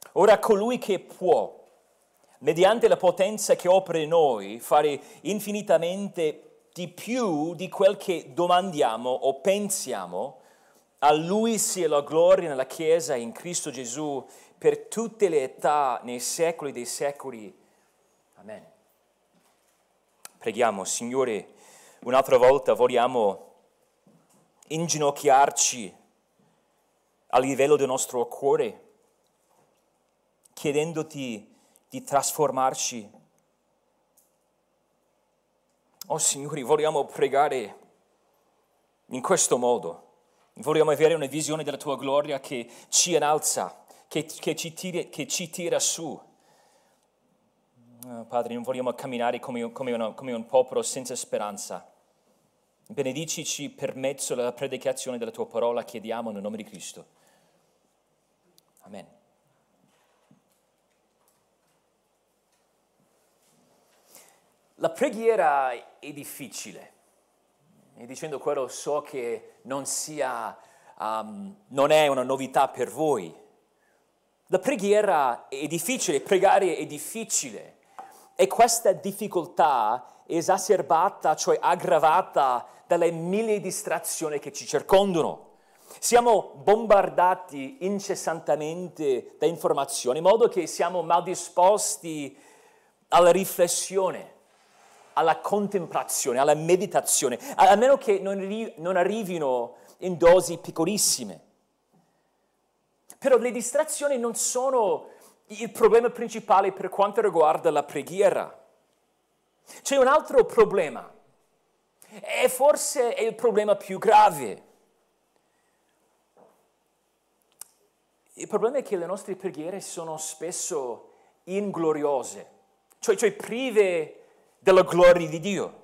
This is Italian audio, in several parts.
Ora colui che può, mediante la potenza che opera in noi, fare infinitamente di più di quel che domandiamo o pensiamo, a Lui sia la gloria nella Chiesa e in Cristo Gesù per tutte le età, nei secoli dei secoli. Amen. Preghiamo, Signore, un'altra volta vogliamo inginocchiarci a livello del nostro cuore, chiedendoti di trasformarci. Oh Signore, vogliamo pregare in questo modo. Vogliamo avere una visione della Tua gloria che ci innalza, che ci tira su. Oh, Padre, non vogliamo camminare come un popolo senza speranza. Benedicici per mezzo della predicazione della Tua parola, chiediamo nel nome di Cristo. Amen. La preghiera è difficile. E dicendo quello so che non è una novità per voi. La preghiera è difficile, pregare è difficile. E questa difficoltà è esacerbata, cioè aggravata dalle mille distrazioni che ci circondano. Siamo bombardati incessantemente da informazioni, in modo che siamo mal disposti alla riflessione, alla contemplazione, alla meditazione, a meno che non arrivino in dosi piccolissime. Però le distrazioni non sono il problema principale per quanto riguarda la preghiera. C'è un altro problema, e forse è il problema più grave. Il problema è che le nostre preghiere sono spesso ingloriose, cioè prive della gloria di Dio.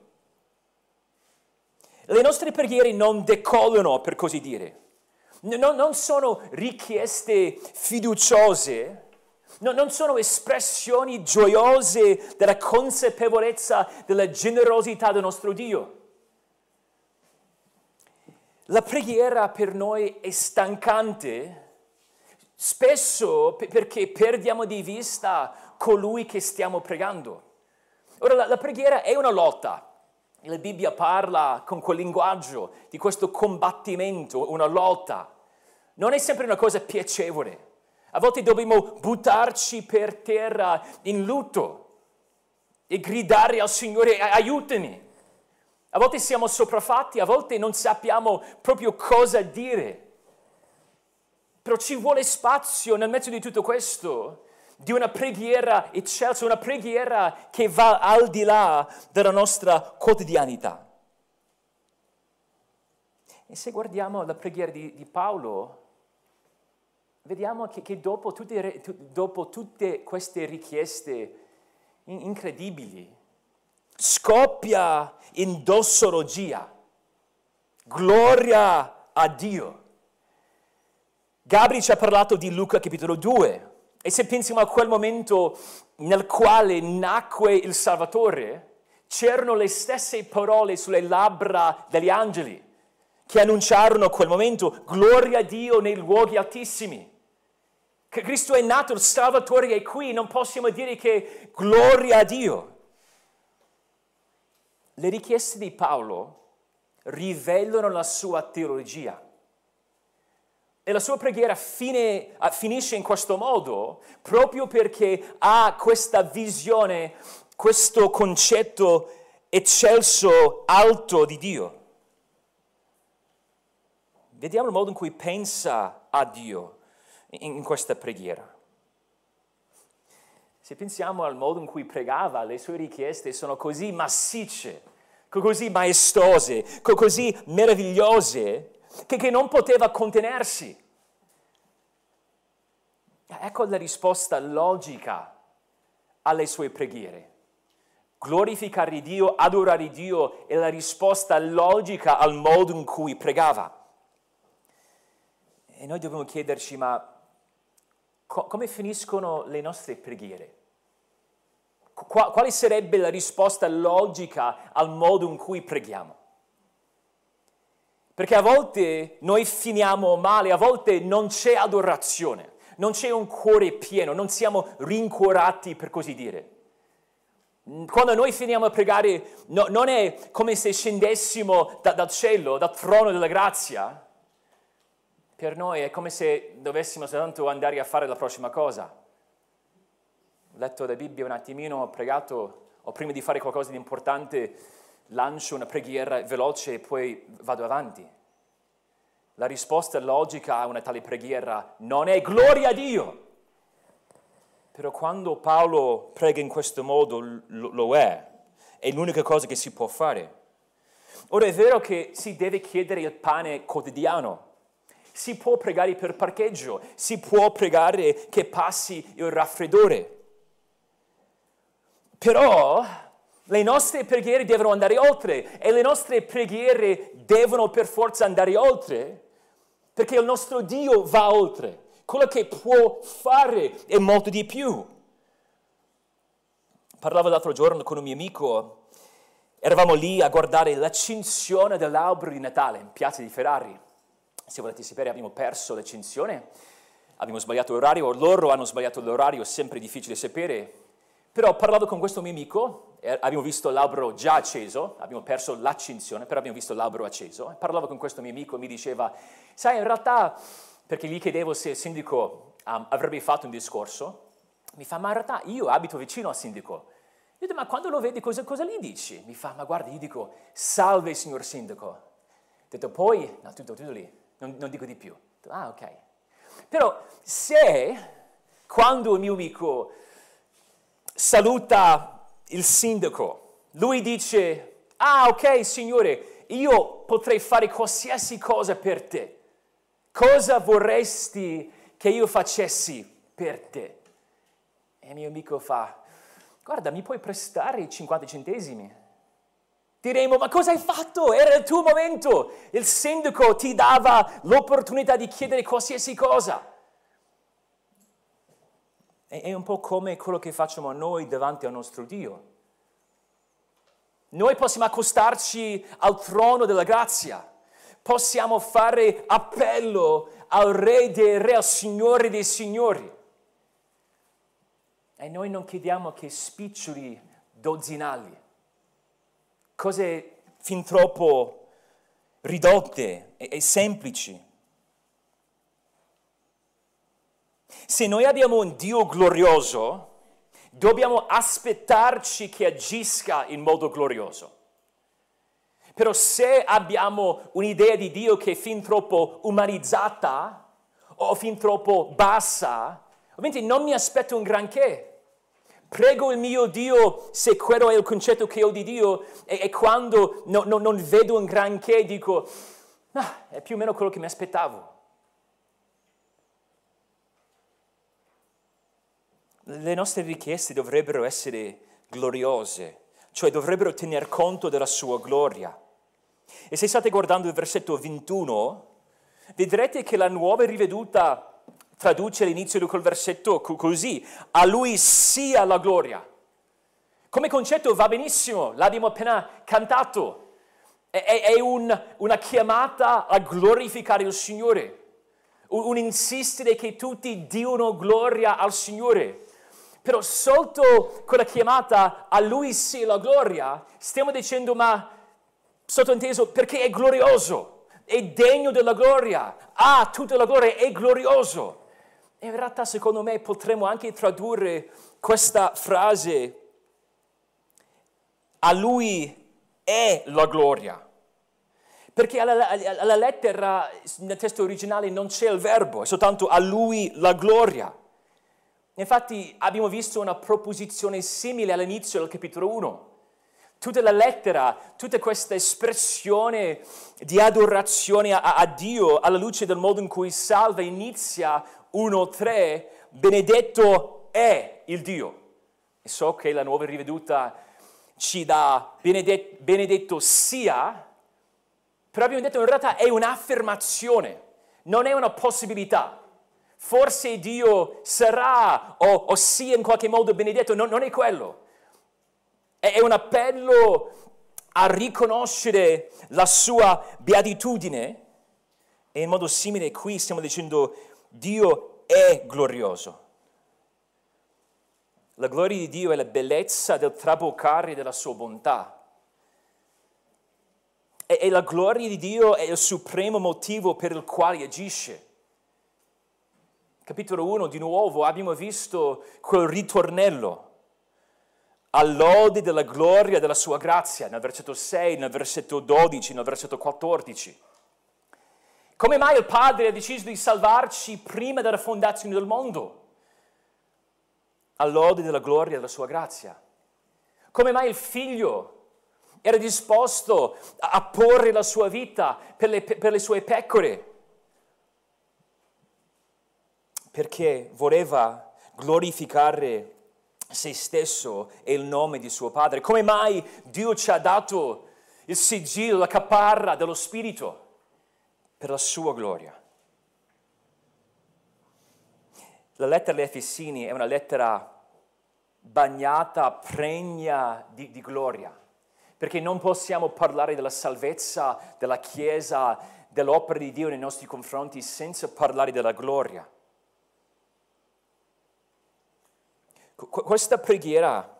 Le nostre preghiere non decollano, per così dire. Non sono richieste fiduciose, non sono espressioni gioiose della consapevolezza della generosità del nostro Dio. La preghiera per noi è stancante, spesso perché perdiamo di vista colui che stiamo pregando. Ora, la preghiera è una lotta. La Bibbia parla con quel linguaggio di questo combattimento, una lotta. Non è sempre una cosa piacevole. A volte dobbiamo buttarci per terra in lutto e gridare al Signore, aiutami. A volte siamo sopraffatti, a volte non sappiamo proprio cosa dire. Però ci vuole spazio nel mezzo di tutto questo, di una preghiera eccelsa, una preghiera che va al di là della nostra quotidianità. E se guardiamo la preghiera di Paolo, vediamo che dopo tutte queste richieste incredibili, scoppia in dossologia, gloria a Dio. Gabriele ci ha parlato di Luca capitolo 2, e se pensiamo a quel momento nel quale nacque il Salvatore, c'erano le stesse parole sulle labbra degli angeli che annunciarono quel momento, gloria a Dio nei luoghi altissimi. Che Cristo è nato, il Salvatore è qui, non possiamo dire che gloria a Dio. Le richieste di Paolo rivelano la sua teologia. E la sua preghiera finisce in questo modo proprio perché ha questa visione, questo concetto eccelso, alto di Dio. Vediamo il modo in cui pensa a Dio in questa preghiera. Se pensiamo al modo in cui pregava, le sue richieste sono così massicce, così maestose, così meravigliose, che non poteva contenersi. Ecco la risposta logica alle sue preghiere. Glorificare Dio, adorare Dio è la risposta logica al modo in cui pregava. E noi dobbiamo chiederci, ma come finiscono le nostre preghiere? Quale sarebbe la risposta logica al modo in cui preghiamo? Perché a volte noi finiamo male, a volte non c'è adorazione, Non c'è un cuore pieno, non siamo rincuorati per così dire. Quando noi finiamo a pregare, non è come se scendessimo dal cielo, dal trono della grazia. Per noi è come se dovessimo soltanto andare a fare la prossima cosa. Ho letto la Bibbia un attimino, ho pregato, o prima di fare qualcosa di importante lancio una preghiera veloce e poi vado avanti. La risposta logica a una tale preghiera non è gloria a Dio. Però quando Paolo prega in questo modo lo è l'unica cosa che si può fare. Ora è vero che si deve chiedere il pane quotidiano, si può pregare per parcheggio, si può pregare che passi il raffreddore. Però le nostre preghiere devono andare oltre e le nostre preghiere devono per forza andare oltre perché il nostro Dio va oltre. Quello che può fare è molto di più. Parlavo l'altro giorno con un mio amico, eravamo lì a guardare l'accensione dell'albero di Natale in Piazza di Ferrari. Se volete sapere, abbiamo perso l'accensione, abbiamo sbagliato l'orario, loro hanno sbagliato l'orario, è sempre difficile sapere. Però parlavo con questo mio amico, abbiamo visto l'albero già acceso, abbiamo perso l'accensione, però abbiamo visto l'albero acceso. Parlavo con questo mio amico e mi diceva, sai, in realtà, perché gli chiedevo se il sindaco avrebbe fatto un discorso, mi fa, ma in realtà io abito vicino al sindaco. Io dico, ma quando lo vedi cosa gli dici? Mi fa, ma guarda, io dico, salve signor sindaco. Ho detto, poi, no, tutto lì, non dico di più. Ho detto, ah, ok. Però se, quando il mio amico saluta il sindaco, lui dice, ah, ok, signore, io potrei fare qualsiasi cosa per te. Cosa vorresti che io facessi per te? E il mio amico fa, guarda, mi puoi prestare i 50 centesimi? Diremo, ma cosa hai fatto? Era il tuo momento. Il sindaco ti dava l'opportunità di chiedere qualsiasi cosa. È un po' come quello che facciamo noi davanti al nostro Dio. Noi possiamo accostarci al trono della grazia. Possiamo fare appello al Re dei Re, al Signore dei Signori. E noi non chiediamo che spiccioli dozzinali, cose fin troppo ridotte e semplici. Se noi abbiamo un Dio glorioso, dobbiamo aspettarci che agisca in modo glorioso. Però se abbiamo un'idea di Dio che è fin troppo umanizzata o fin troppo bassa, ovviamente non mi aspetto un granché. Prego il mio Dio se quello è il concetto che ho di Dio e quando non vedo un granché dico, è più o meno quello che mi aspettavo. Le nostre richieste dovrebbero essere gloriose, cioè dovrebbero tener conto della sua gloria. E se state guardando il versetto 21, vedrete che la Nuova Riveduta traduce all'inizio di quel versetto così, a Lui sia la gloria. Come concetto va benissimo, l'abbiamo appena cantato, è una chiamata a glorificare il Signore, un insistere che tutti diano gloria al Signore. Però sotto quella chiamata a Lui sia la gloria, stiamo dicendo ma sottointeso perché è glorioso, è degno della gloria, ha tutta la gloria, è glorioso. E in realtà secondo me potremmo anche tradurre questa frase, a Lui è la gloria. Perché alla lettera, nel testo originale non c'è il verbo, è soltanto a Lui la gloria. Infatti abbiamo visto una proposizione simile all'inizio del capitolo 1. Tutta la lettera, tutta questa espressione di adorazione a Dio alla luce del modo in cui salva inizia 1:3, benedetto è il Dio. E so che la Nuova Riveduta ci dà benedetto sia, però abbiamo detto in realtà è un'affermazione, non è una possibilità. Forse Dio sarà o sia in qualche modo benedetto, non è quello. È un appello a riconoscere la sua beatitudine e in modo simile qui stiamo dicendo Dio è glorioso. La gloria di Dio è la bellezza del traboccare della sua bontà. E la gloria di Dio è il supremo motivo per il quale agisce. Capitolo 1, di nuovo, abbiamo visto quel ritornello. All'ode della gloria della sua grazia, nel versetto 6, nel versetto 12, nel versetto 14. Come mai il Padre ha deciso di salvarci prima della fondazione del mondo? All'ode della gloria della sua grazia. Come mai il Figlio era disposto a porre la sua vita per le sue pecore? Perché voleva glorificare se stesso e il nome di suo Padre. Come mai Dio ci ha dato il sigillo, la caparra dello Spirito? Per la sua gloria. La lettera agli Efesini è una lettera bagnata, pregna di gloria, perché non possiamo parlare della salvezza, della Chiesa, dell'opera di Dio nei nostri confronti senza parlare della gloria. Questa preghiera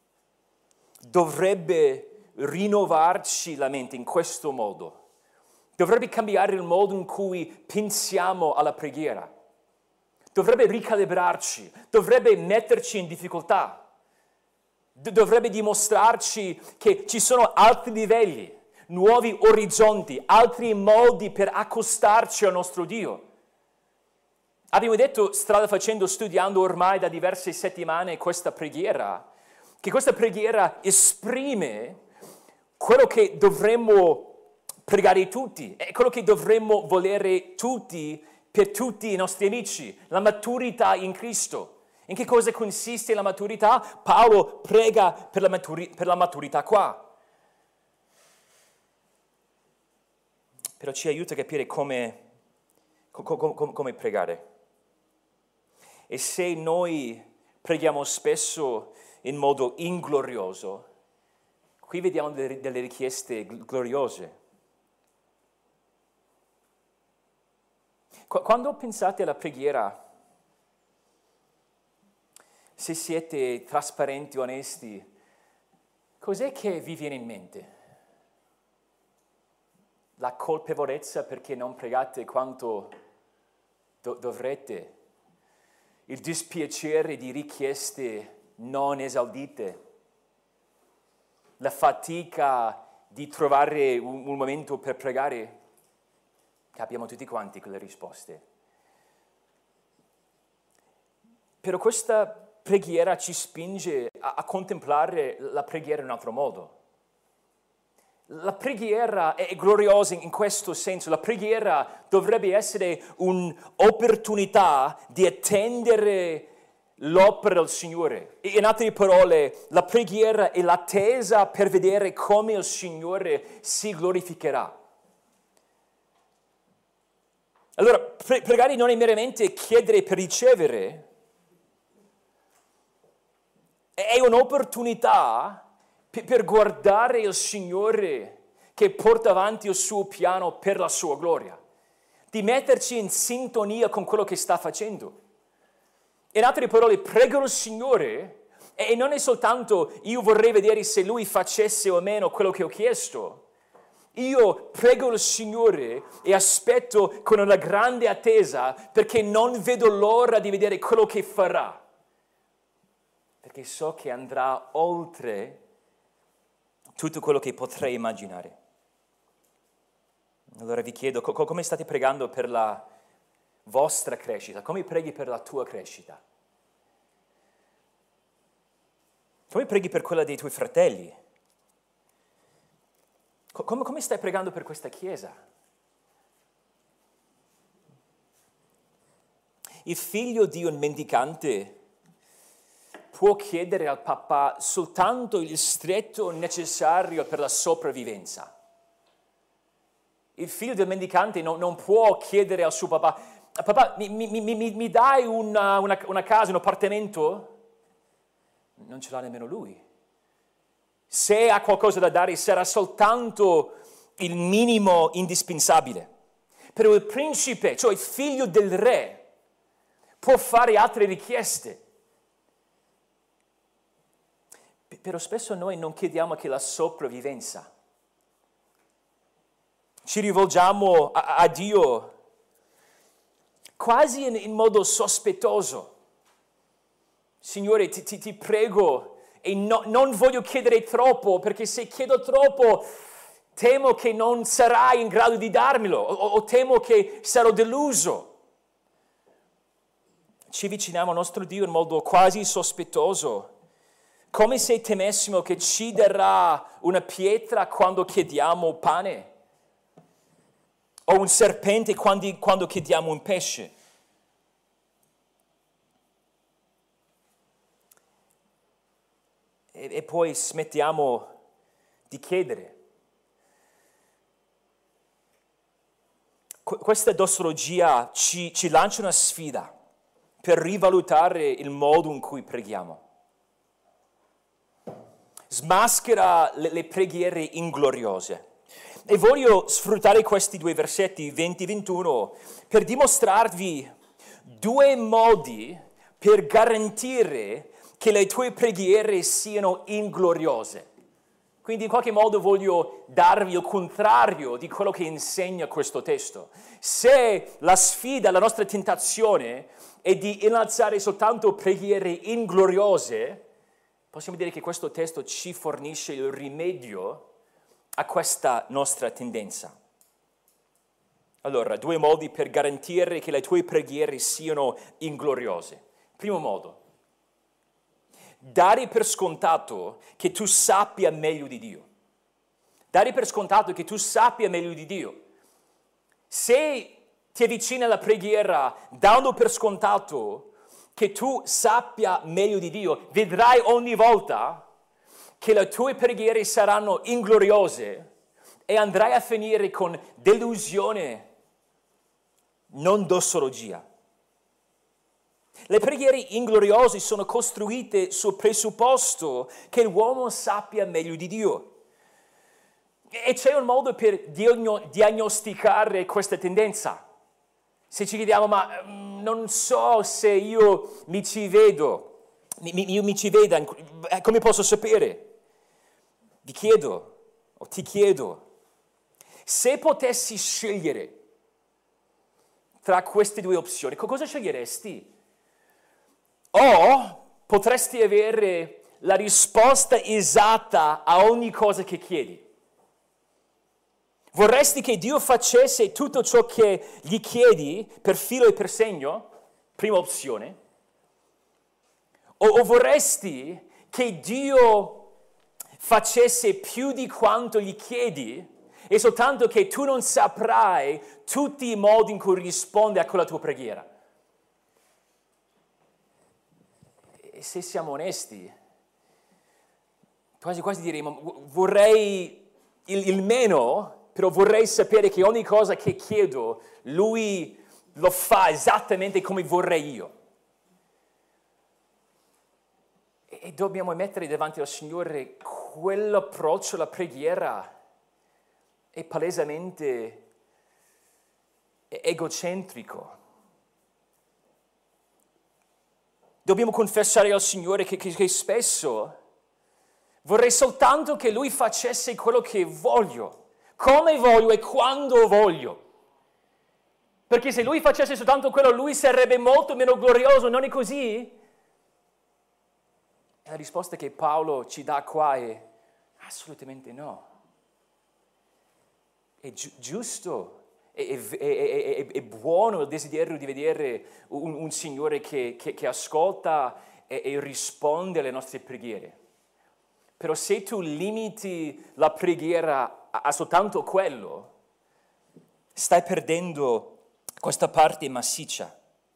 dovrebbe rinnovarci la mente in questo modo. Dovrebbe cambiare il modo in cui pensiamo alla preghiera. Dovrebbe ricalibrarci, dovrebbe metterci in difficoltà. Dovrebbe dimostrarci che ci sono altri livelli, nuovi orizzonti, altri modi per accostarci al nostro Dio. Abbiamo detto, strada facendo, studiando ormai da diverse settimane questa preghiera, che questa preghiera esprime quello che dovremmo pregare tutti, è quello che dovremmo volere tutti per tutti i nostri amici, la maturità in Cristo. In che cosa consiste la maturità? Paolo prega per la maturità qua. Però ci aiuta a capire come pregare. E se noi preghiamo spesso in modo inglorioso, qui vediamo delle richieste gloriose. Quando pensate alla preghiera, se siete trasparenti, onesti, cos'è che vi viene in mente? La colpevolezza perché non pregate quanto dovrete? Il dispiacere di richieste non esaudite? La fatica di trovare un momento per pregare? Capiamo tutti quanti quelle risposte. Però questa preghiera ci spinge a contemplare la preghiera in un altro modo. La preghiera è gloriosa in questo senso. La preghiera dovrebbe essere un'opportunità di attendere l'opera del Signore. In altre parole, la preghiera è l'attesa per vedere come il Signore si glorificherà. Allora, pregare non è meramente chiedere per ricevere, è un'opportunità per guardare il Signore che porta avanti il suo piano per la sua gloria, di metterci in sintonia con quello che sta facendo. In altre parole, prego il Signore e non è soltanto io vorrei vedere se Lui facesse o meno quello che ho chiesto. Io prego il Signore e aspetto con una grande attesa perché non vedo l'ora di vedere quello che farà. Perché so che andrà oltre tutto quello che potrei immaginare. Allora vi chiedo, come state pregando per la vostra crescita? Come preghi per la tua crescita? Come preghi per quella dei tuoi fratelli? Come stai pregando per questa Chiesa? Il figlio di un mendicante può chiedere al papà soltanto il stretto necessario per la sopravvivenza. Il figlio del mendicante non può chiedere al suo papà, papà, mi dai una casa, un appartamento? Non ce l'ha nemmeno lui. Se ha qualcosa da dare sarà soltanto il minimo indispensabile. Però il principe, cioè il figlio del re, può fare altre richieste. Però spesso noi non chiediamo che la sopravvivenza. Ci rivolgiamo a Dio quasi in modo sospettoso. Signore, ti prego, e non voglio chiedere troppo, perché se chiedo troppo temo che non sarai in grado di darmelo, o temo che sarò deluso. Ci avviciniamo al nostro Dio in modo quasi sospettoso, come se temessimo che ci darà una pietra quando chiediamo pane, o un serpente quando chiediamo un pesce. E poi smettiamo di chiedere. Questa dossologia ci lancia una sfida per rivalutare il modo in cui preghiamo. Smaschera le preghiere ingloriose. E voglio sfruttare questi due versetti, 20 e 21, per dimostrarvi due modi per garantire che le tue preghiere siano ingloriose. Quindi in qualche modo voglio darvi il contrario di quello che insegna questo testo. Se la sfida, la nostra tentazione è di innalzare soltanto preghiere ingloriose, possiamo dire che questo testo ci fornisce il rimedio a questa nostra tendenza. Allora, due modi per garantire che le tue preghiere siano ingloriose. Primo modo, dare per scontato che tu sappia meglio di Dio. Dare per scontato che tu sappia meglio di Dio. Se ti avvicini alla preghiera dando per scontato che tu sappia meglio di Dio, vedrai ogni volta che le tue preghiere saranno ingloriose e andrai a finire con delusione, non dossologia. Le preghiere ingloriose sono costruite sul presupposto che l'uomo sappia meglio di Dio. E c'è un modo per diagnosticare questa tendenza. Se ci chiediamo, ma non so se io mi ci vedo, io mi ci veda, come posso sapere? Vi chiedo, o ti chiedo, se potessi scegliere tra queste due opzioni, cosa sceglieresti? O potresti avere la risposta esatta a ogni cosa che chiedi. Vorresti che Dio facesse tutto ciò che gli chiedi per filo e per segno? Prima opzione. O vorresti che Dio facesse più di quanto gli chiedi e soltanto che tu non saprai tutti i modi in cui risponde a quella tua preghiera? E se siamo onesti, quasi diremo, vorrei il meno, però vorrei sapere che ogni cosa che chiedo, Lui lo fa esattamente come vorrei io. E dobbiamo mettere davanti al Signore quell'approccio alla preghiera è palesemente egocentrico. Dobbiamo confessare al Signore che spesso vorrei soltanto che Lui facesse quello che voglio, come voglio e quando voglio. Perché se Lui facesse soltanto quello, Lui sarebbe molto meno glorioso, non è così? E la risposta che Paolo ci dà qua è assolutamente no. È giusto. È buono il desiderio di vedere un Signore che ascolta e risponde alle nostre preghiere. Però se tu limiti la preghiera a soltanto quello, stai perdendo questa parte massiccia.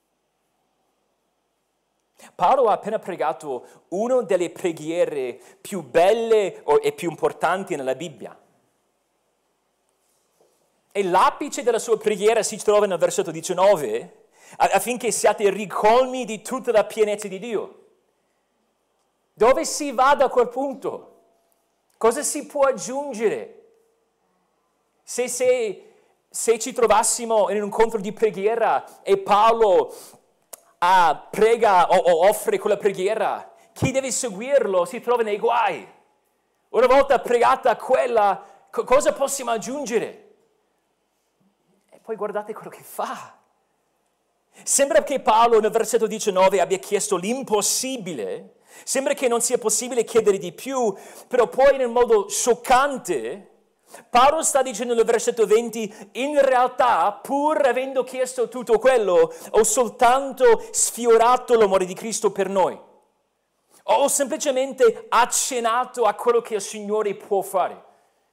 Paolo ha appena pregato una delle preghiere più belle e più importanti nella Bibbia. E l'apice della sua preghiera si trova nel versetto 19, affinché siate ricolmi di tutta la pienezza di Dio. Dove si va da quel punto? Cosa si può aggiungere? Se ci trovassimo in un incontro di preghiera e Paolo prega o offre quella preghiera, chi deve seguirlo si trova nei guai. Una volta pregata quella, cosa possiamo aggiungere? E poi guardate quello che fa. Sembra che Paolo nel versetto 19 abbia chiesto l'impossibile, sembra che non sia possibile chiedere di più, però poi nel modo scioccante Paolo sta dicendo nel versetto 20, in realtà pur avendo chiesto tutto quello, ho soltanto sfiorato l'amore di Cristo per noi. Ho semplicemente accennato a quello che il Signore può fare.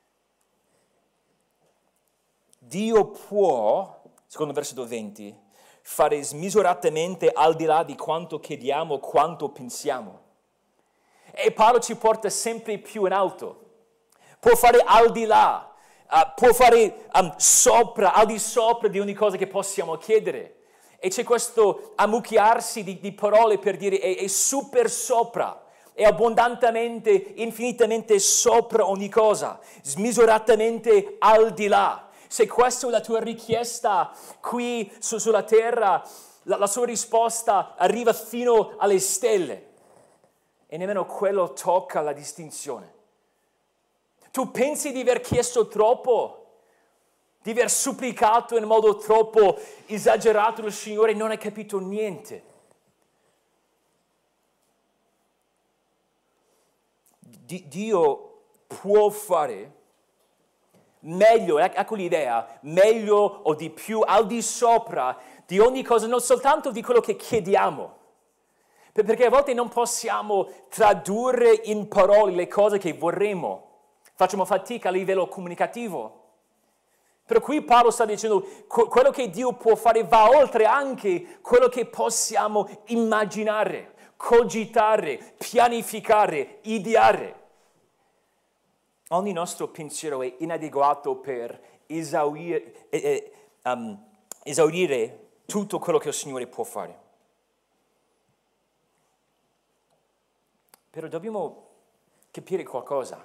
Dio può, secondo il versetto 20, fare smisuratamente al di là di quanto chiediamo, quanto pensiamo. E Paolo ci porta sempre più in alto. Può fare al di là, può fare sopra, al di sopra di ogni cosa che possiamo chiedere. E c'è questo ammucchiarsi di parole per dire è super sopra, è abbondantemente, infinitamente sopra ogni cosa, smisuratamente al di là. Se questa è la tua richiesta qui sulla terra, la sua risposta arriva fino alle stelle. E nemmeno quello tocca la distinzione. Tu pensi di aver chiesto troppo, di aver supplicato in modo troppo esagerato il Signore, non hai capito niente. Dio può fare meglio, ecco l'idea, meglio o di più, al di sopra di ogni cosa, non soltanto di quello che chiediamo. Perché a volte non possiamo tradurre in parole le cose che vorremmo. Facciamo fatica a livello comunicativo. Per cui Paolo sta dicendo quello che Dio può fare va oltre anche quello che possiamo immaginare, cogitare, pianificare, ideare. Ogni nostro pensiero è inadeguato per esaurire tutto quello che il Signore può fare. Però dobbiamo capire qualcosa.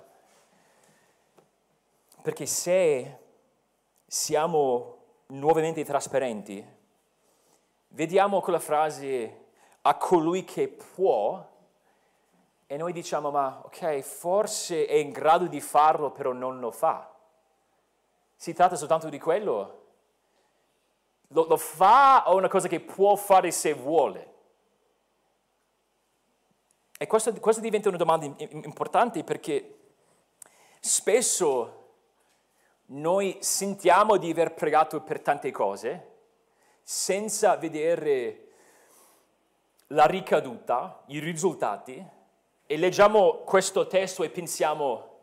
Perché se siamo nuovamente trasparenti, vediamo quella frase a colui che può e noi diciamo ma ok, forse è in grado di farlo però non lo fa. Si tratta soltanto di quello? Lo fa o è una cosa che può fare se vuole? E questa diventa una domanda importante perché spesso noi sentiamo di aver pregato per tante cose senza vedere la ricaduta, i risultati, e leggiamo questo testo e pensiamo,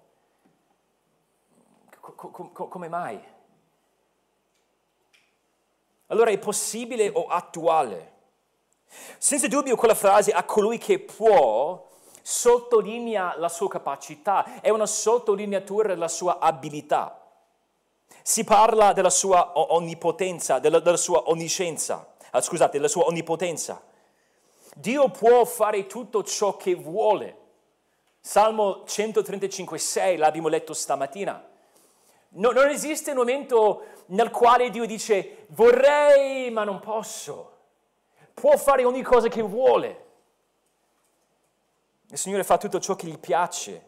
come mai? Allora è possibile o attuale? Senza dubbio quella frase a colui che può sottolinea la sua capacità, è una sottolineatura della sua abilità. Si parla della sua onnipotenza, della sua onniscienza, della sua onnipotenza. Dio può fare tutto ciò che vuole. Salmo 135,6 l'abbiamo letto stamattina. Non esiste un momento nel quale Dio dice vorrei ma non posso. Può fare ogni cosa che vuole. Il Signore fa tutto ciò che gli piace.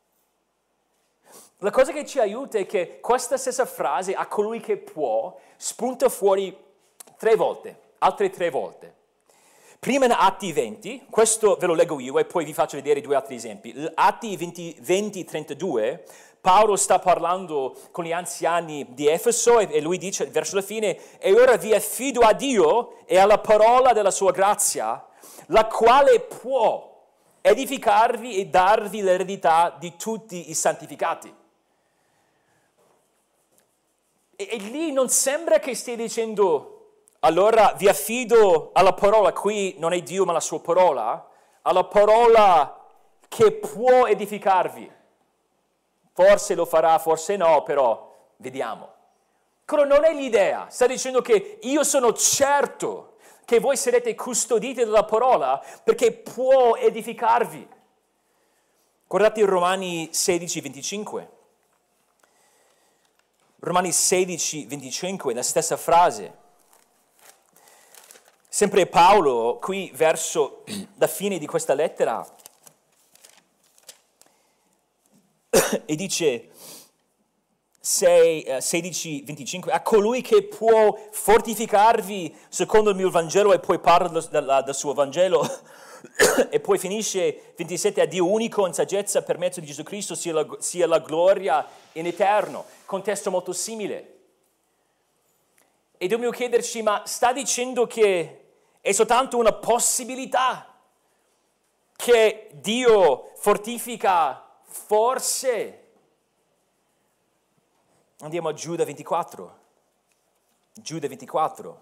La cosa che ci aiuta è che questa stessa frase, a colui che può, spunta fuori 3 volte, altre 3 volte. Prima in Atti 20, questo ve lo leggo io e poi vi faccio vedere 2 altri esempi. Atti 20:32, Paolo sta parlando con gli anziani di Efeso e lui dice verso la fine, e ora vi affido a Dio e alla parola della sua grazia, la quale può edificarvi e darvi l'eredità di tutti i santificati. E lì non sembra che stia dicendo, allora vi affido alla parola, qui non è Dio ma la sua parola, alla parola che può edificarvi. Forse lo farà, forse no, però vediamo. Quello non è l'idea, sta dicendo che io sono certo che voi sarete custoditi dalla parola perché può edificarvi. Guardate in Romani 16:25. Romani 16:25, la stessa frase. Sempre Paolo, qui verso la fine di questa lettera, e dice 16:25, a colui che può fortificarvi secondo il mio Vangelo, e poi parla del suo Vangelo, e poi finisce 27, a Dio unico in saggezza per mezzo di Gesù Cristo sia la gloria in eterno. Contesto molto simile. E dobbiamo chiederci, ma sta dicendo che è soltanto una possibilità che Dio fortifica forse? Andiamo a Giuda 24. Giuda 24.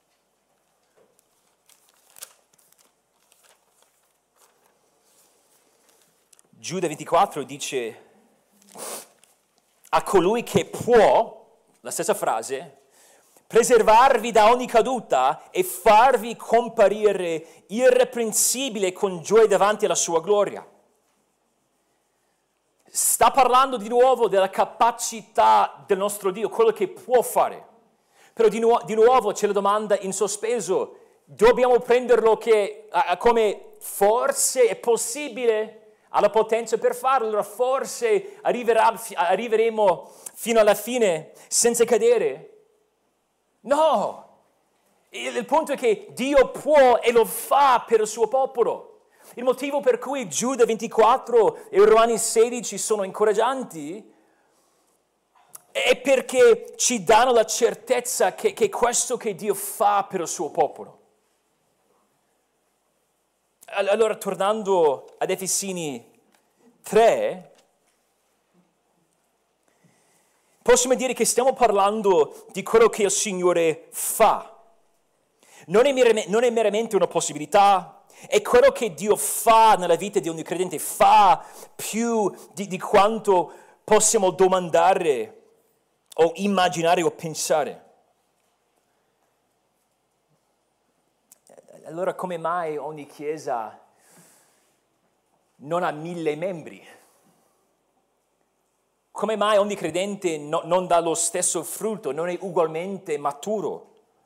Giuda 24 dice, a colui che può, la stessa frase, preservarvi da ogni caduta e farvi comparire irreprensibile con gioia davanti alla sua gloria. Sta parlando di nuovo della capacità del nostro Dio, quello che può fare. Però di nuovo c'è la domanda in sospeso, dobbiamo prenderlo come forse è possibile, ha la potenza per farlo, allora forse arriveremo fino alla fine senza cadere? No! Il punto è che Dio può e lo fa per il suo popolo. Il motivo per cui Giuda 24 e Romani 16 sono incoraggianti è perché ci danno la certezza che questo che Dio fa per il suo popolo. Allora, tornando ad Efesini 3, possiamo dire che stiamo parlando di quello che il Signore fa. Non è meramente una possibilità, è quello che Dio fa nella vita di ogni credente, fa più di quanto possiamo domandare o immaginare o pensare. Allora come mai ogni chiesa non ha 1000 membri? Come mai ogni credente non dà lo stesso frutto, non è ugualmente maturo?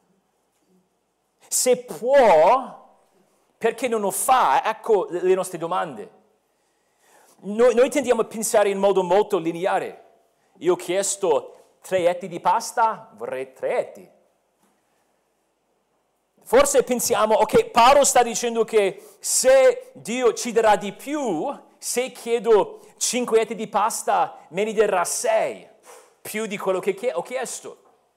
Se può, perché non lo fa? Ecco le nostre domande. Noi tendiamo a pensare in modo molto lineare. Io ho chiesto 3 etti di pasta, vorrei 3 etti. Forse pensiamo, ok, Paolo sta dicendo che se Dio ci darà di più, se chiedo 5 etti di pasta, me ne darà 6, più di quello che ho chiesto.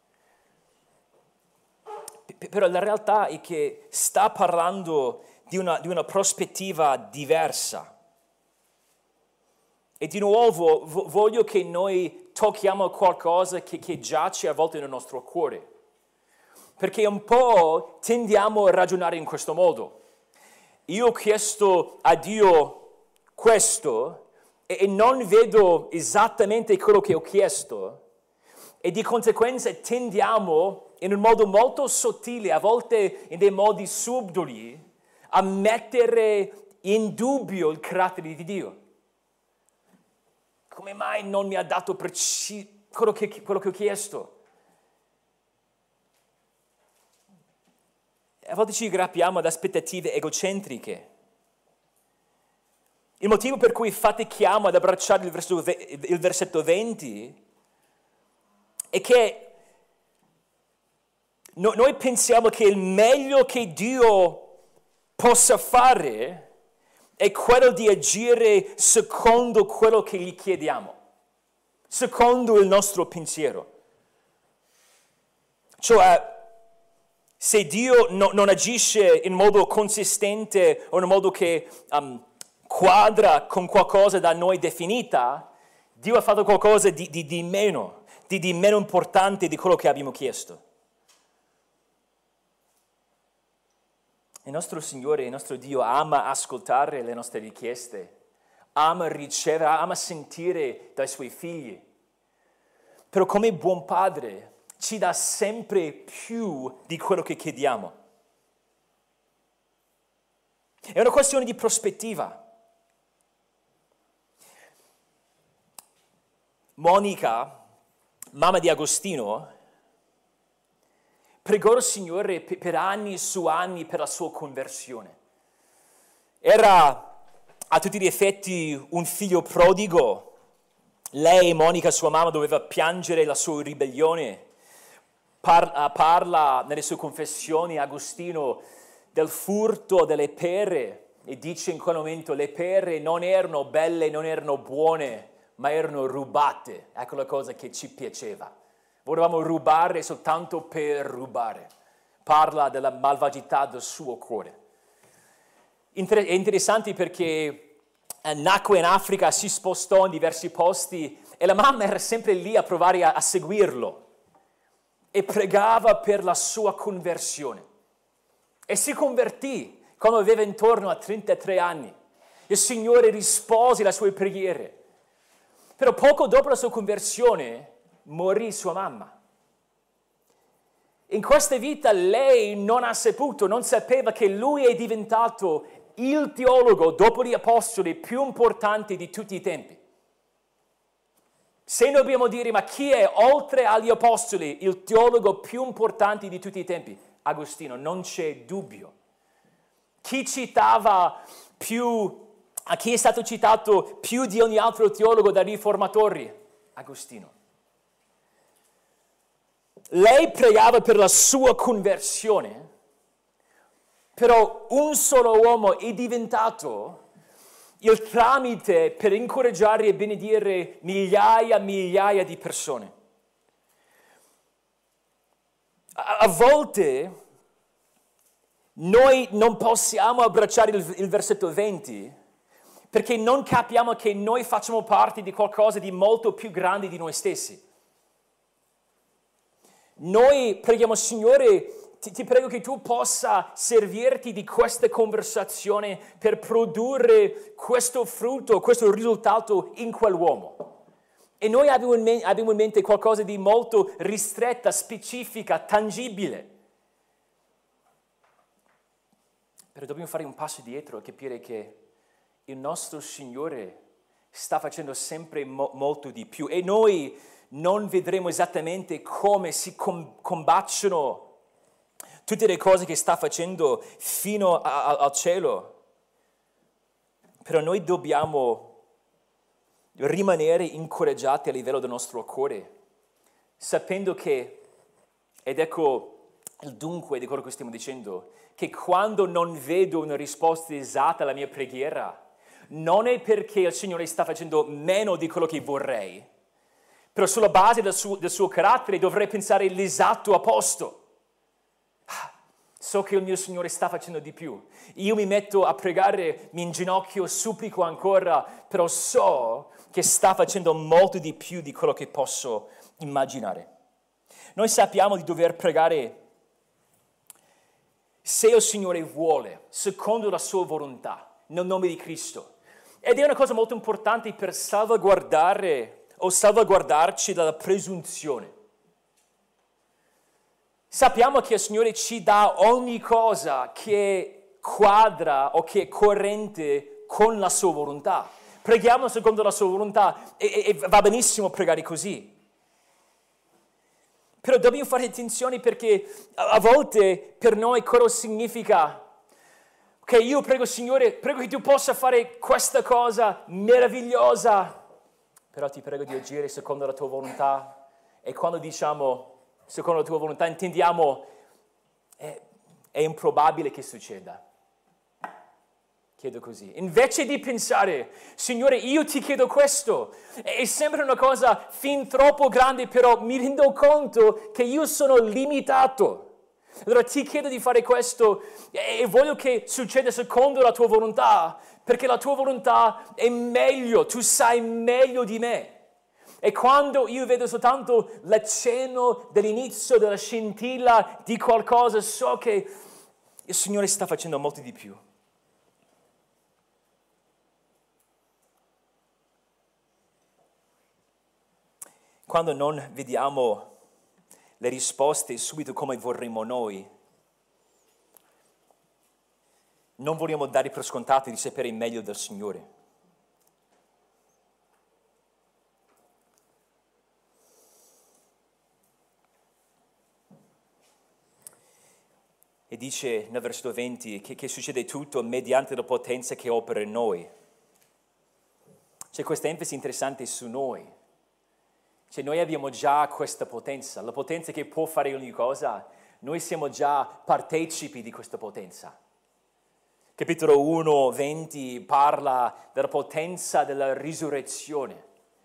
Però la realtà è che sta parlando di una prospettiva diversa. E di nuovo voglio che noi tocchiamo qualcosa che giace a volte nel nostro cuore. Perché un po' tendiamo a ragionare in questo modo. Io ho chiesto a Dio questo e non vedo esattamente quello che ho chiesto e di conseguenza tendiamo in un modo molto sottile, a volte in dei modi subdoli, a mettere in dubbio il carattere di Dio. Come mai non mi ha dato quello che ho chiesto? A volte ci aggrappiamo ad aspettative egocentriche. Il motivo per cui fatichiamo ad abbracciare il versetto 20 è che noi pensiamo che il meglio che Dio possa fare è quello di agire secondo quello che gli chiediamo, secondo il nostro pensiero. Cioè, se Dio non agisce in modo consistente o in modo che quadra con qualcosa da noi definita, Dio ha fatto qualcosa di meno importante di quello che abbiamo chiesto. Il nostro Signore, il nostro Dio ama ascoltare le nostre richieste, ama ricevere, ama sentire dai Suoi figli. Però come buon Padre ci dà sempre più di quello che chiediamo. È una questione di prospettiva. Monica, mamma di Agostino, pregò il Signore per anni su anni per la sua conversione. Era a tutti gli effetti un figlio prodigo. Lei, Monica, sua mamma, doveva piangere la sua ribellione. Parla nelle sue confessioni, Agostino, del furto delle pere e dice in quel momento le pere non erano belle, non erano buone, ma erano rubate. Ecco la cosa che ci piaceva. Volevamo rubare soltanto per rubare. Parla della malvagità del suo cuore. È interessante perché nacque in Africa, si spostò in diversi posti e la mamma era sempre lì a provare a seguirlo e pregava per la sua conversione. E si convertì quando aveva intorno a 33 anni. Il Signore rispose alle sue preghiere. Però poco dopo la sua conversione morì sua mamma. In questa vita lei non ha saputo, non sapeva che lui è diventato il teologo dopo gli apostoli più importante di tutti i tempi. Se dobbiamo dire, ma chi è oltre agli apostoli il teologo più importante di tutti i tempi? Agostino, non c'è dubbio. Chi è stato citato più di ogni altro teologo dai riformatori? Agostino. Lei pregava per la sua conversione, però un solo uomo è diventato il tramite per incoraggiare e benedire migliaia e migliaia di persone. A volte noi non possiamo abbracciare il versetto 20 perché non capiamo che noi facciamo parte di qualcosa di molto più grande di noi stessi. Noi preghiamo, Signore, ti prego che tu possa servirti di questa conversazione per produrre questo frutto, questo risultato in quell'uomo. E noi abbiamo in mente qualcosa di molto ristretta, specifica, tangibile. Però dobbiamo fare un passo dietro e capire che il nostro Signore sta facendo sempre molto di più. E noi non vedremo esattamente come si combattono tutte le cose che sta facendo fino al cielo. Però noi dobbiamo rimanere incoraggiati a livello del nostro cuore, sapendo che, ed ecco il dunque di quello che stiamo dicendo, che quando non vedo una risposta esatta alla mia preghiera, non è perché il Signore sta facendo meno di quello che vorrei, però sulla base del suo carattere dovrei pensare l'esatto opposto. So che il mio Signore sta facendo di più. Io mi metto a pregare, mi inginocchio, supplico ancora, però so che sta facendo molto di più di quello che posso immaginare. Noi sappiamo di dover pregare se il Signore vuole, secondo la sua volontà, nel nome di Cristo. Ed è una cosa molto importante per salvaguardare o salvaguardarci dalla presunzione. Sappiamo che il Signore ci dà ogni cosa che quadra o che è coerente con la sua volontà. Preghiamo secondo la sua volontà e va benissimo pregare così. Però dobbiamo fare attenzione perché a volte per noi quello significa che io prego Signore, prego che tu possa fare questa cosa meravigliosa, però ti prego di agire secondo la tua volontà. E quando diciamo secondo la tua volontà intendiamo è improbabile che succeda. Chiedo così. Invece di pensare, Signore, io ti chiedo questo, e sembra una cosa fin troppo grande, però mi rendo conto che io sono limitato. Allora ti chiedo di fare questo e voglio che succeda secondo la tua volontà, perché la tua volontà è meglio, tu sai meglio di me. E quando io vedo soltanto l'accenno dell'inizio, della scintilla di qualcosa, so che il Signore sta facendo molto di più. Quando non vediamo le risposte subito come vorremmo noi, non vogliamo dare per scontato di sapere meglio del Signore. E dice nel versetto 20 che succede tutto mediante la potenza che opera in noi. C'è questa enfasi interessante su noi. Cioè noi abbiamo già questa potenza, la potenza che può fare ogni cosa, noi siamo già partecipi di questa potenza. Capitolo 1, 20 parla della potenza della risurrezione.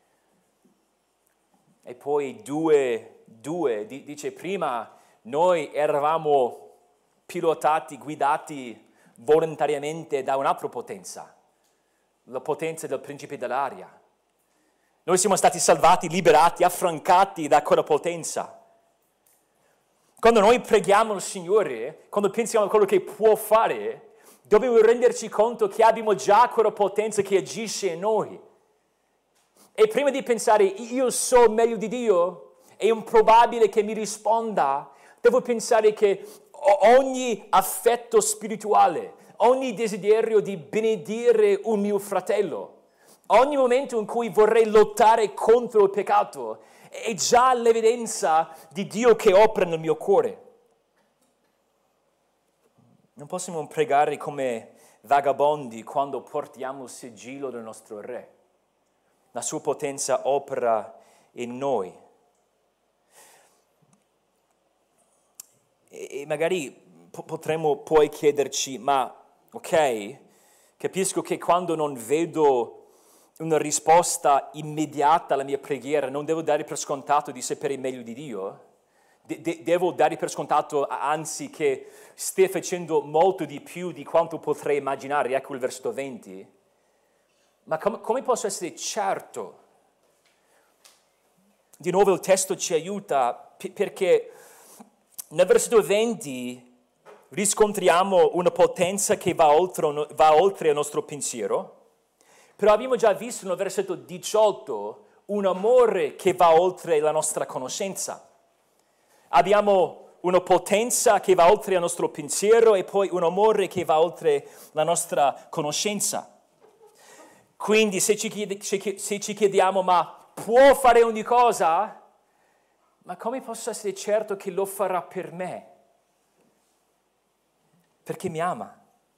E poi 2 dice prima noi eravamo pilotati, guidati volontariamente da un'altra potenza, la potenza del principe dell'aria. Noi siamo stati salvati, liberati, affrancati da quella potenza. Quando noi preghiamo il Signore, quando pensiamo a quello che può fare, dobbiamo renderci conto che abbiamo già quella potenza che agisce in noi. E prima di pensare io so meglio di Dio, è improbabile che mi risponda, devo pensare che ogni affetto spirituale, ogni desiderio di benedire un mio fratello, ogni momento in cui vorrei lottare contro il peccato, è già l'evidenza di Dio che opera nel mio cuore. Non possiamo pregare come vagabondi quando portiamo il sigillo del nostro Re. La sua potenza opera in noi. E magari potremmo poi chiederci, ma ok, capisco che quando non vedo una risposta immediata alla mia preghiera, non devo dare per scontato di sapere meglio di Dio, devo dare per scontato, anzi, che stia facendo molto di più di quanto potrei immaginare, ecco il versetto 20. Ma come posso essere certo? Di nuovo il testo ci aiuta perché nel versetto 20 riscontriamo una potenza che va oltre il nostro pensiero, però abbiamo già visto nel versetto 18 un amore che va oltre la nostra conoscenza. Abbiamo una potenza che va oltre il nostro pensiero e poi un amore che va oltre la nostra conoscenza. Quindi se ci chiediamo, ma può fare ogni cosa? Ma come posso essere certo che lo farà per me? Perché mi ama.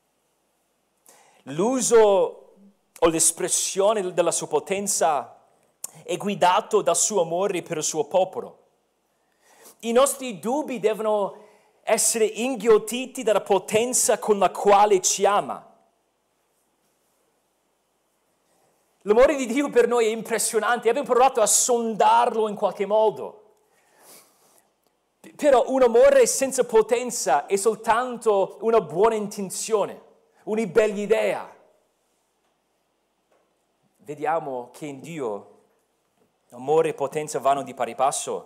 L'uso o l'espressione della sua potenza è guidato dal suo amore per il suo popolo. I nostri dubbi devono essere inghiottiti dalla potenza con la quale ci ama. L'amore di Dio per noi è impressionante, abbiamo provato a sondarlo in qualche modo. Però un amore senza potenza è soltanto una buona intenzione, una bella idea. Vediamo che in Dio amore e potenza vanno di pari passo.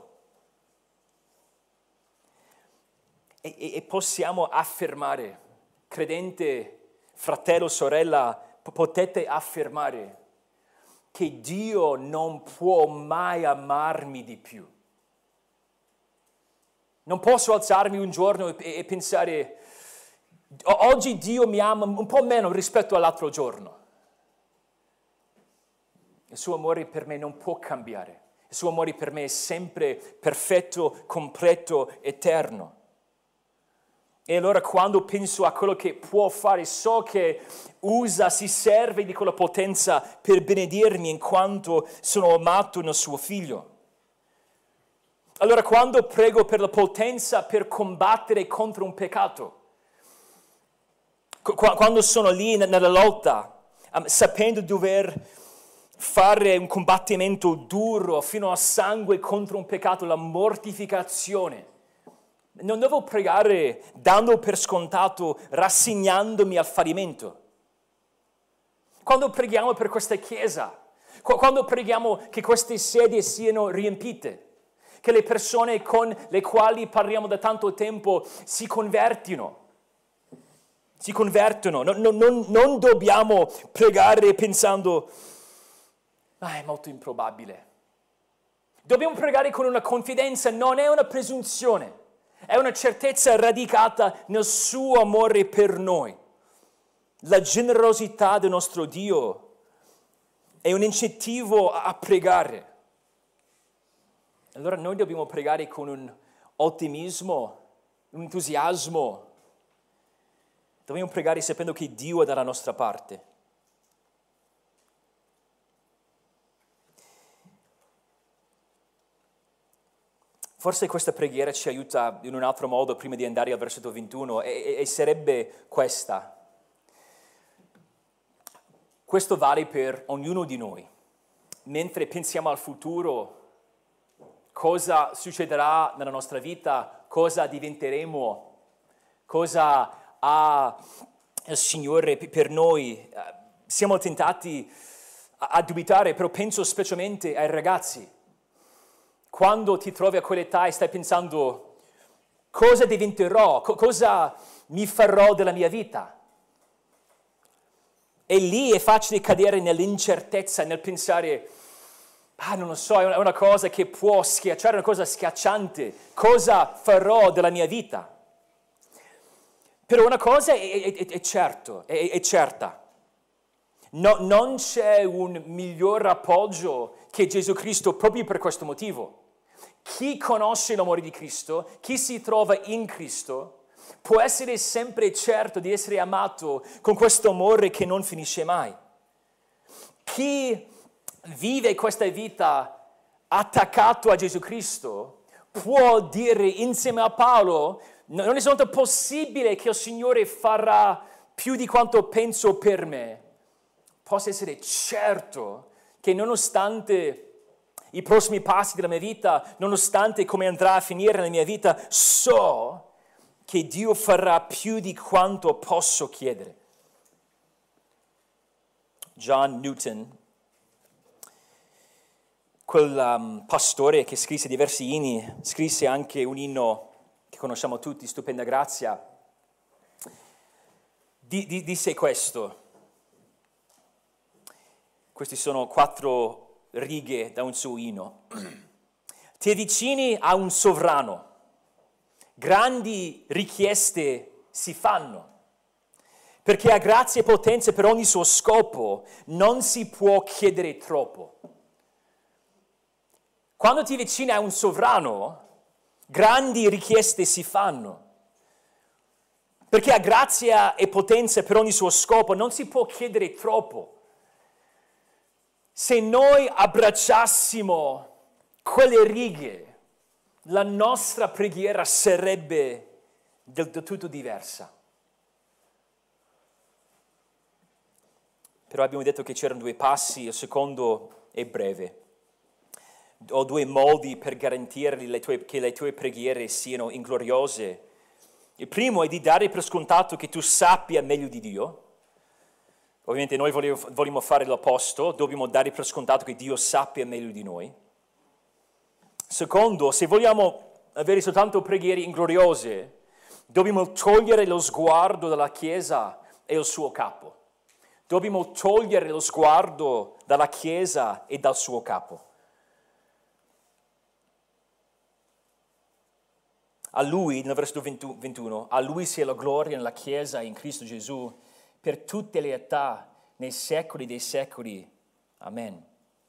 E possiamo affermare, credente, fratello, sorella, potete affermare che Dio non può mai amarmi di più. Non posso alzarmi un giorno e pensare, oggi Dio mi ama un po' meno rispetto all'altro giorno. Il suo amore per me non può cambiare. Il suo amore per me è sempre perfetto, completo, eterno. E allora quando penso a quello che può fare, so che si serve di quella potenza per benedirmi in quanto sono amato nel suo Figlio. Allora quando prego per la potenza per combattere contro un peccato, quando sono lì nella lotta, sapendo di dover fare un combattimento duro fino a sangue contro un peccato, la mortificazione, non devo pregare dando per scontato, rassegnandomi al fallimento. Quando preghiamo per questa chiesa, quando preghiamo che queste sedie siano riempite, che le persone con le quali parliamo da tanto tempo si convertino. Non dobbiamo pregare pensando, è molto improbabile. Dobbiamo pregare con una confidenza, non è una presunzione. È una certezza radicata nel suo amore per noi. La generosità del nostro Dio è un incentivo a pregare. Allora noi dobbiamo pregare con un ottimismo, un entusiasmo Dobbiamo pregare sapendo che Dio è dalla nostra parte. Forse questa preghiera ci aiuta in un altro modo prima di andare al versetto 21 e sarebbe questa. Questo vale per ognuno di noi. Mentre pensiamo al futuro, cosa succederà nella nostra vita, cosa diventeremo, cosa ha il Signore per noi, siamo tentati a dubitare, però penso specialmente ai ragazzi. Quando ti trovi a quell'età e stai pensando cosa diventerò, cosa mi farò della mia vita. E lì è facile cadere nell'incertezza, nel pensare, non lo so, è una cosa che può schiacciare, una cosa schiacciante, cosa farò della mia vita. Però una cosa è certa. Non c'è un miglior appoggio che Gesù Cristo proprio per questo motivo. Chi conosce l'amore di Cristo, chi si trova in Cristo, può essere sempre certo di essere amato con questo amore che non finisce mai. Chi vive questa vita attaccato a Gesù Cristo può dire insieme a Paolo: non è soltanto possibile che il Signore farà più di quanto penso per me. Posso essere certo che nonostante i prossimi passi della mia vita, nonostante come andrà a finire nella mia vita, so che Dio farà più di quanto posso chiedere. John Newton, quel pastore che scrisse diversi inni, scrisse anche un inno che conosciamo tutti, Stupenda Grazia, disse questo. Questi sono 4 righe da un suo inno. Ti avvicini a un sovrano, grandi richieste si fanno, perché ha grazie e potenze per ogni suo scopo, non si può chiedere troppo. Quando ti avvicini a un sovrano, grandi richieste si fanno, perché ha grazia e potenza per ogni suo scopo, non si può chiedere troppo. Se noi abbracciassimo quelle righe, la nostra preghiera sarebbe del tutto diversa. Però abbiamo detto che c'erano 2 passi, il secondo è breve. Ho 2 modi per garantire che le tue preghiere siano ingloriose. Il primo è di dare per scontato che tu sappia meglio di Dio. Ovviamente noi vogliamo fare l'opposto, dobbiamo dare per scontato che Dio sappia meglio di noi. Secondo, se vogliamo avere soltanto preghiere ingloriose, dobbiamo togliere lo sguardo dalla Chiesa e il suo capo. Dobbiamo togliere lo sguardo dalla Chiesa e dal suo capo. A Lui, nel versetto 21, a Lui sia la gloria nella Chiesa in Cristo Gesù, per tutte le età, nei secoli dei secoli. Amen.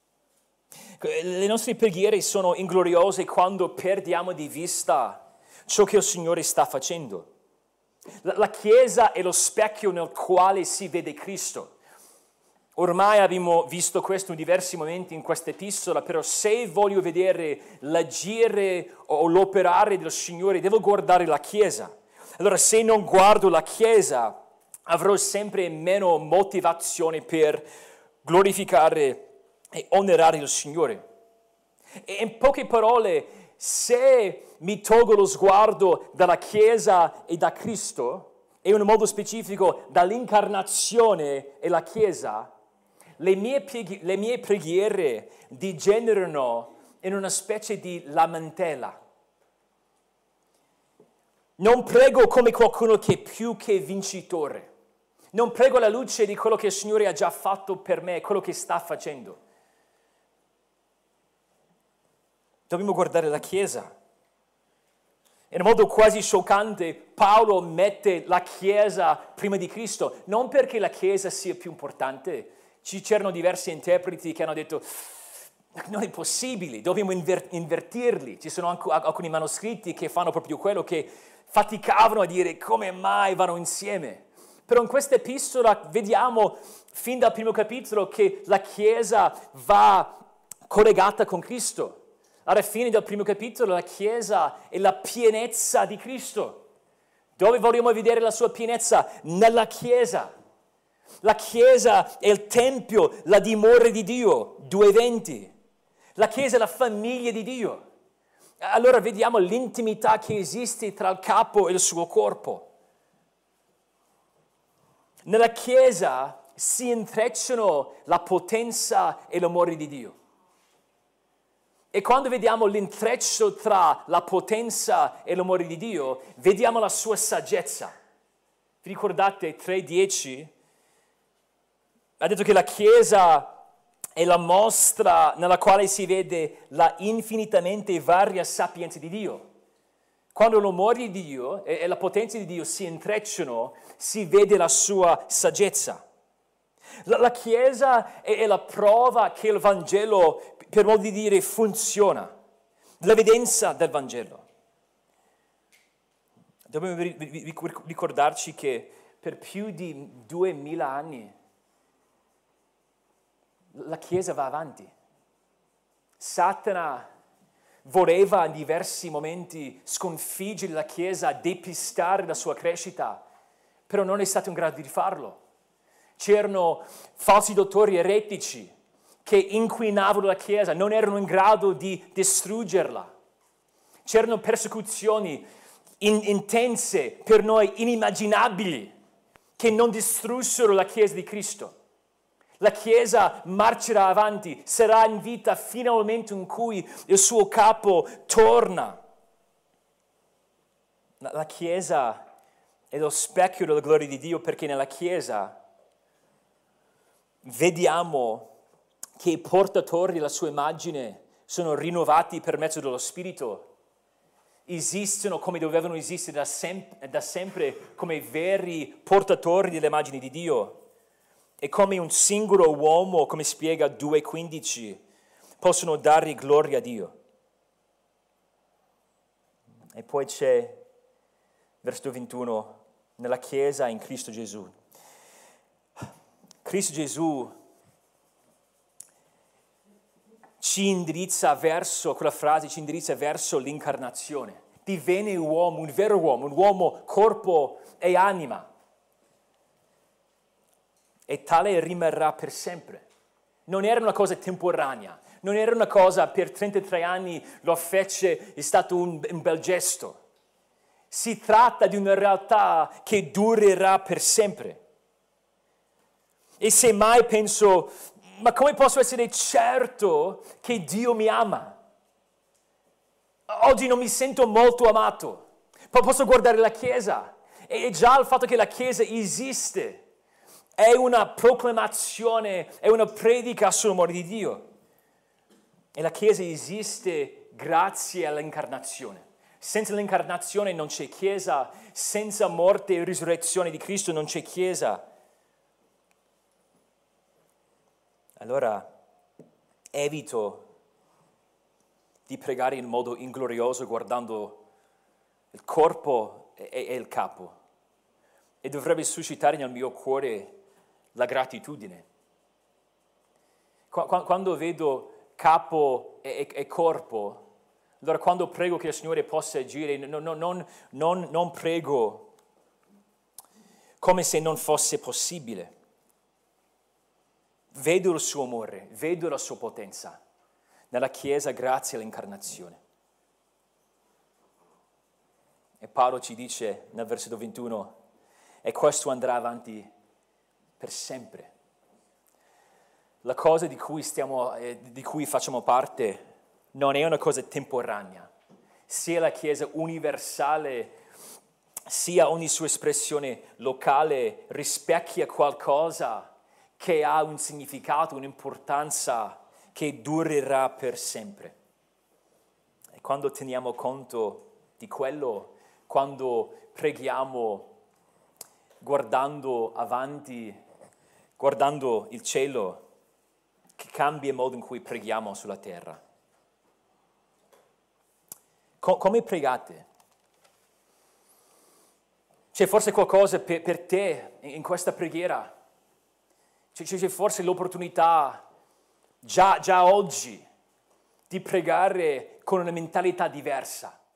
Le nostre preghiere sono ingloriose quando perdiamo di vista ciò che il Signore sta facendo. La Chiesa è lo specchio nel quale si vede Cristo. Ormai abbiamo visto questo in diversi momenti in questa epistola, però se voglio vedere l'agire o l'operare del Signore, devo guardare la Chiesa. Allora, se non guardo la Chiesa, avrò sempre meno motivazione per glorificare e onorare il Signore. E in poche parole, se mi tolgo lo sguardo dalla Chiesa e da Cristo, e in un modo specifico dall'incarnazione e la Chiesa, le mie preghiere degenerano in una specie di lamentela. Non prego come qualcuno che è più che vincitore. Non prego alla luce di quello che il Signore ha già fatto per me, quello che sta facendo. Dobbiamo guardare la Chiesa. In un modo quasi scioccante, Paolo mette la Chiesa prima di Cristo, non perché la Chiesa sia più importante. C'erano diversi interpreti che hanno detto non è possibile, dobbiamo invertirli. Ci sono alcuni manoscritti che fanno proprio quello, che faticavano a dire come mai vanno insieme. Però in questa epistola vediamo fin dal primo capitolo che la Chiesa va collegata con Cristo. Alla fine del primo capitolo la Chiesa è la pienezza di Cristo. Dove vogliamo vedere la sua pienezza? Nella Chiesa. La Chiesa è il Tempio, la dimora di Dio, 2:20. La Chiesa è la famiglia di Dio. Allora vediamo l'intimità che esiste tra il capo e il suo corpo. Nella Chiesa si intrecciano la potenza e l'amore di Dio. E quando vediamo l'intreccio tra la potenza e l'amore di Dio, vediamo la sua saggezza. Vi ricordate 3:10? Ha detto che la Chiesa è la mostra nella quale si vede la infinitamente varia sapienza di Dio. Quando l'amore di Dio e la potenza di Dio si intrecciano, si vede la sua saggezza. La Chiesa è la prova che il Vangelo, per modo di dire, funziona. L'evidenza del Vangelo. Dobbiamo ricordarci che per più di 2000 anni la Chiesa va avanti. Satana voleva in diversi momenti sconfiggere la Chiesa, depistare la sua crescita, però non è stato in grado di farlo. C'erano falsi dottori eretici che inquinavano la Chiesa, non erano in grado di distruggerla. C'erano persecuzioni intense, per noi inimmaginabili, che non distrussero la Chiesa di Cristo. La Chiesa marcerà avanti, sarà in vita fino al momento in cui il suo capo torna. La Chiesa è lo specchio della gloria di Dio, perché nella Chiesa vediamo che i portatori della sua immagine sono rinnovati per mezzo dello Spirito. Esistono come dovevano esistere da sempre come veri portatori delle immagini di Dio. E come un singolo uomo, come spiega 2:15, possono dare gloria a Dio. E poi c'è, versetto 21, nella Chiesa in Cristo Gesù. Cristo Gesù ci indirizza verso, quella frase ci indirizza verso l'incarnazione. Divenne uomo, un vero uomo, un uomo corpo e anima. E tale rimarrà per sempre. Non era una cosa temporanea, non era una cosa per 33 anni lo fece, è stato un bel gesto. Si tratta di una realtà che durerà per sempre. E se mai penso, ma come posso essere certo che Dio mi ama? Oggi non mi sento molto amato. Posso guardare la Chiesa e già il fatto che la Chiesa esiste è una proclamazione, è una predica sull'amore di Dio. E la Chiesa esiste grazie all'incarnazione. Senza l'incarnazione non c'è Chiesa, senza morte e risurrezione di Cristo non c'è Chiesa. Allora evito di pregare in modo inglorioso guardando il corpo e il capo. E dovrebbe suscitare nel mio cuore la gratitudine. Quando vedo capo e corpo, allora quando prego che il Signore possa agire, non prego come se non fosse possibile. Vedo il suo amore, vedo la sua potenza nella Chiesa grazie all'incarnazione. E Paolo ci dice nel versetto 21, e questo andrà avanti per sempre. La cosa di cui facciamo parte non è una cosa temporanea. Sia la Chiesa universale, sia ogni sua espressione locale rispecchia qualcosa che ha un significato, un'importanza che durerà per sempre. E quando teniamo conto di quello, quando preghiamo guardando avanti, guardando il cielo, che cambia il modo in cui preghiamo sulla terra. Come pregate? C'è forse qualcosa per te in questa preghiera. C'è forse l'opportunità già oggi di pregare con una mentalità diversa.